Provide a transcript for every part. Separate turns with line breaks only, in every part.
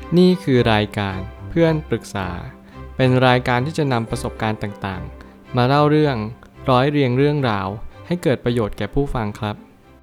นี่คือรายการเพื่อนปรึกษาเป็นรายการที่จะนำประสบการณ์ต่างๆมาเล่าเรื่องร้อยเรียงเรื่องราวให้เกิดประโยชน์แก่ผู้ฟังครับ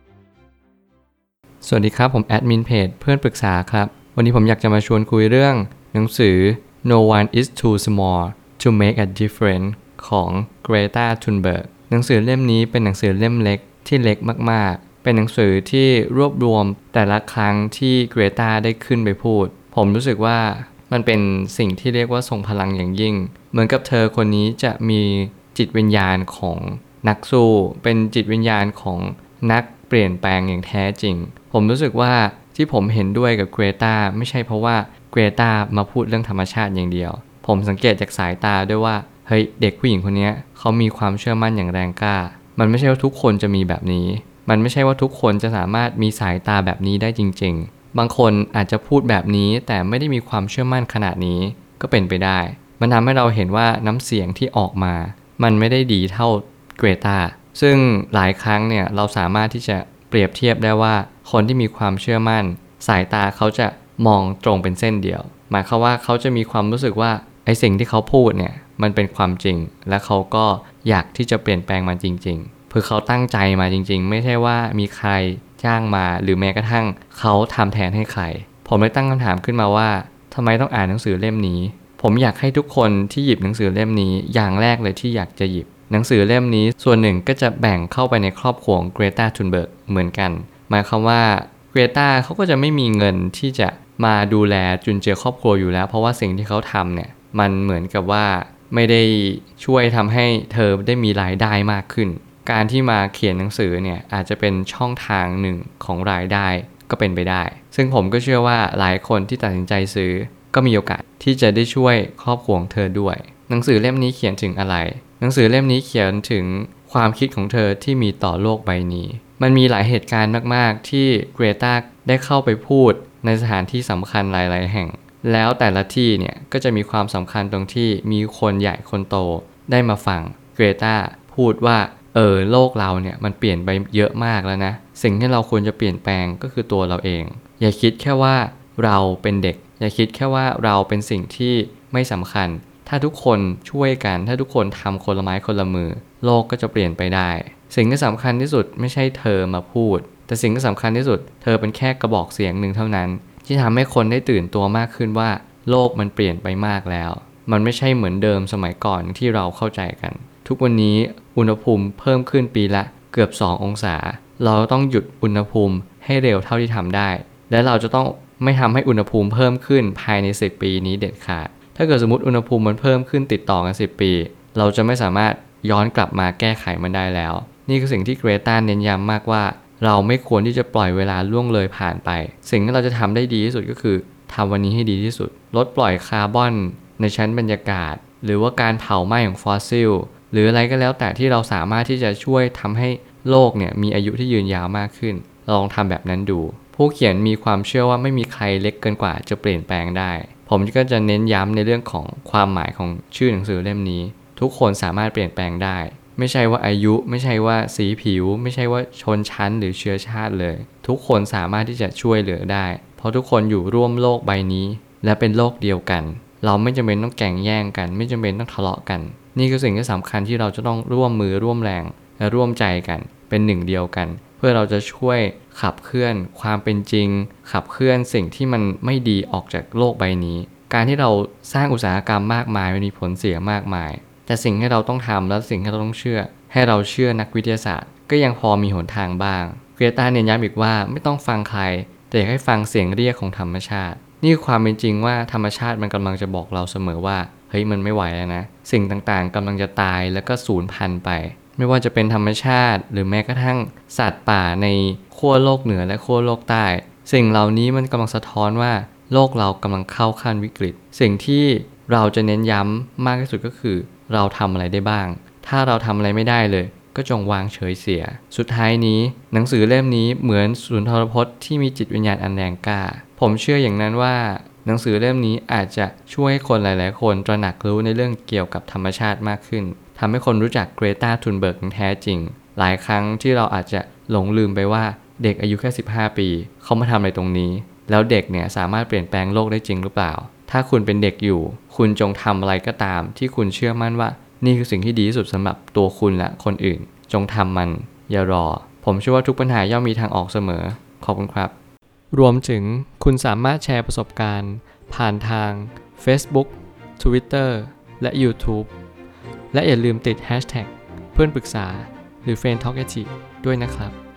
สวัสดีครับผมแอดมินเพจเพื่อนปรึกษาครับวันนี้ผมอยากจะมาชวนคุยเรื่องหนังสือ No One is Too Small to Make a Difference ของ Greta Thunberg หนังสือเล่มนี้เป็นหนังสือเล่มเล็กที่เล็กมากๆเป็นหนังสือที่รวบรวมแต่ละครั้งที่เกรตาได้ขึ้นไปพูดผมรู้สึกว่ามันเป็นสิ่งที่เรียกว่าทรงพลังอย่างยิ่งเหมือนกับเธอคนนี้จะมีจิตวิญญาณของนักสู้เป็นจิตวิญญาณของนักเปลี่ยนแปลงอย่างแท้จริงผมรู้สึกว่าที่ผมเห็นด้วยกับเกรตาไม่ใช่เพราะว่าเกรตามาพูดเรื่องธรรมชาติอย่างเดียวผมสังเกตจากสายตาด้วยว่าเฮ้ยเด็กผู้หญิงคนนี้เขามีความเชื่อมั่นอย่างแรงกล้ามันไม่ใช่ว่าทุกคนจะมีแบบนี้มันไม่ใช่ว่าทุกคนจะสามารถมีสายตาแบบนี้ได้จริงๆบางคนอาจจะพูดแบบนี้แต่ไม่ได้มีความเชื่อมั่นขนาดนี้ก็เป็นไปได้มันทำให้เราเห็นว่าน้ำเสียงที่ออกมามันไม่ได้ดีเท่าเกรตาซึ่งหลายครั้งเนี่ยเราสามารถที่จะเปรียบเทียบได้ว่าคนที่มีความเชื่อมั่นสายตาเขาจะมองตรงเป็นเส้นเดียวหมายความว่าเขาจะมีความรู้สึกว่าไอ้สิ่งที่เขาพูดเนี่ยมันเป็นความจริงและเขาก็อยากที่จะเปลี่ยนแปลงมันจริงๆเพื่อเขาตั้งใจมาจริงๆไม่ใช่ว่ามีใครจ้างมาหรือแม้กระทั่งเขาทำแทนให้ใครผมเลยตั้งคำถามขึ้นมาว่าทำไมต้องอ่านหนังสือเล่มนี้ผมอยากให้ทุกคนที่หยิบหนังสือเล่มนี้อย่างแรกเลยที่อยากจะหยิบหนังสือเล่มนี้ส่วนหนึ่งก็จะแบ่งเข้าไปในครอบครัวของเกรตา ทุนเบิร์กเหมือนกันหมายความว่าเกรตาเขาก็จะไม่มีเงินที่จะมาดูแลจุนเจือครอบครัวอยู่แล้วเพราะว่าสิ่งที่เขาทำเนี่ยมันเหมือนกับว่าไม่ได้ช่วยทำให้เธอได้มีรายได้มากขึ้นการที่มาเขียนหนังสือเนี่ยอาจจะเป็นช่องทางหนึ่งของรายได้ก็เป็นไปได้ซึ่งผมก็เชื่อว่าหลายคนที่ตัดสินใจซื้อก็มีโอกาสที่จะได้ช่วยครอบครัวของเธอด้วยหนังสือเล่มนี้เขียนถึงอะไรหนังสือเล่มนี้เขียนถึงความคิดของเธอที่มีต่อโลกใบนี้มันมีหลายเหตุการณ์มากๆที่เกรตาได้เข้าไปพูดในสถานที่สำคัญหลายๆแห่งแล้วแต่ละที่เนี่ยก็จะมีความสำคัญตรงที่มีคนใหญ่คนโตได้มาฟังเกรตาพูดว่าโลกเราเนี่ยมันเปลี่ยนไปเยอะมากแล้วนะสิ่งที่เราควรจะเปลี่ยนแปลงก็คือตัวเราเองอย่าคิดแค่ว่าเราเป็นเด็กอย่าคิดแค่ว่าเราเป็นสิ่งที่ไม่สำคัญถ้าทุกคนช่วยกันถ้าทุกคนทำคนละไม้คนละมือโลกก็จะเปลี่ยนไปได้สิ่งที่สำคัญที่สุดไม่ใช่เธอมาพูดแต่สิ่งที่สำคัญที่สุดเธอเป็นแค่กระบอกเสียงหนึ่งเท่านั้นที่ทำให้คนได้ตื่นตัวมากขึ้นว่าโลกมันเปลี่ยนไปมากแล้วมันไม่ใช่เหมือนเดิมสมัยก่อนที่เราเข้าใจกันทุกวันนี้อุณหภูมิเพิ่มขึ้นปีละเกือบ2องศาเราต้องหยุดอุณหภูมิให้เร็วเท่าที่ทำได้และเราจะต้องไม่ทำให้อุณหภูมิเพิ่มขึ้นภายใน10ปีนี้เด็ดขาดถ้าเกิดสมมติอุณหภูมิมันเพิ่มขึ้นติดต่อกัน10ปีเราจะไม่สามารถย้อนกลับมาแก้ไขมันได้แล้วนี่คือสิ่งที่เกรตาเน้นย้ำมากว่าเราไม่ควรที่จะปล่อยเวลาล่วงเลยผ่านไปสิ่งที่เราจะทำได้ดีที่สุดก็คือทำวันนี้ให้ดีที่สุดลดปล่อยคาร์บอนในชั้นบรรยากาศหรือว่าการเผาไหม้ของฟอสซิลหรืออะไรก็แล้วแต่ที่เราสามารถที่จะช่วยทำให้โลกเนี่ยมีอายุที่ยืนยาวมากขึ้นลองทำแบบนั้นดูผู้เขียนมีความเชื่อว่าไม่มีใครเล็กเกินกว่าจะเปลี่ยนแปลงได้ผมก็จะเน้นย้ำในเรื่องของความหมายของชื่อหนังสือเล่มนี้ทุกคนสามารถเปลี่ยนแปลงได้ไม่ใช่ว่าอายุไม่ใช่ว่าสีผิวไม่ใช่ว่าชนชั้นหรือเชื้อชาติเลยทุกคนสามารถที่จะช่วยเหลือได้เพราะทุกคนอยู่ร่วมโลกใบนี้และเป็นโลกเดียวกันเราไม่จำเป็นต้องแข่งแย่งกันไม่จำเป็นต้องทะเลาะกันนี่คือสิ่งที่สำคัญที่เราจะต้องร่วมมือร่วมแรงและร่วมใจกันเป็นหนึ่งเดียวกันเพื่อเราจะช่วยขับเคลื่อนความเป็นจริงขับเคลื่อนสิ่งที่มันไม่ดีออกจากโลกใบนี้การที่เราสร้างอุตสาหกรรมมากมายมีผลเสียมากมายแต่สิ่งที่เราต้องทำและสิ่งที่เราต้องเชื่อให้เราเชื่อนักวิทยาศาสตร์ก็ยังพอมีหนทางบ้างเกรตาเน้นย้ำอีกว่าไม่ต้องฟังใครแต่อยากให้ฟังเสียงเรียกของธรรมชาตินี่คือความเป็นจริงว่าธรรมชาติมันกำลังจะบอกเราเสมอว่าเฮ้ยมันไม่ไหวแล้วนะสิ่งต่างๆกำลังจะตายแล้วก็สูญพันธุ์ไปไม่ว่าจะเป็นธรรมชาติหรือแม้กระทั่งสัตว์ป่าในขั้วโลกเหนือและขั้วโลกใต้สิ่งเหล่านี้มันกำลังสะท้อนว่าโลกเรากำลังเข้าขั้นวิกฤตสิ่งที่เราจะเน้นย้ำมากที่สุดก็คือเราทำอะไรได้บ้างถ้าเราทำอะไรไม่ได้เลยก็จงวางเฉยเสียสุดท้ายนี้หนังสือเล่มนี้เหมือนสุนทรพจน์ที่มีจิตวิญญาณอันแรงกล้าผมเชื่ออย่างนั้นว่าหนังสือเล่มนี้อาจจะช่วยให้คนหลายๆคนตระหนักรู้ในเรื่องเกี่ยวกับธรรมชาติมากขึ้นทำให้คนรู้จักเกรตา ทุนเบิร์กอย่างแท้จริงหลายครั้งที่เราอาจจะหลงลืมไปว่าเด็กอายุแค่15 ปีเขามาทำอะไรตรงนี้แล้วเด็กเนี่ยสามารถเปลี่ยนแปลงโลกได้จริงหรือเปล่าถ้าคุณเป็นเด็กอยู่คุณจงทำอะไรก็ตามที่คุณเชื่อมั่นว่านี่คือสิ่งที่ดีที่สุดสำหรับตัวคุณและคนอื่นจงทำมันอย่ารอผมเชื่อว่าทุกปัญหาย่อมมีทางออกเสมอขอบคุณครับรวมถึงคุณสามารถแชร์ประสบการณ์ผ่านทาง Facebook Twitter และ YouTube และอย่าลืมติด Hashtag เพื่อนปรึกษาหรือ f r ร e n d Talk ด้วยนะครับ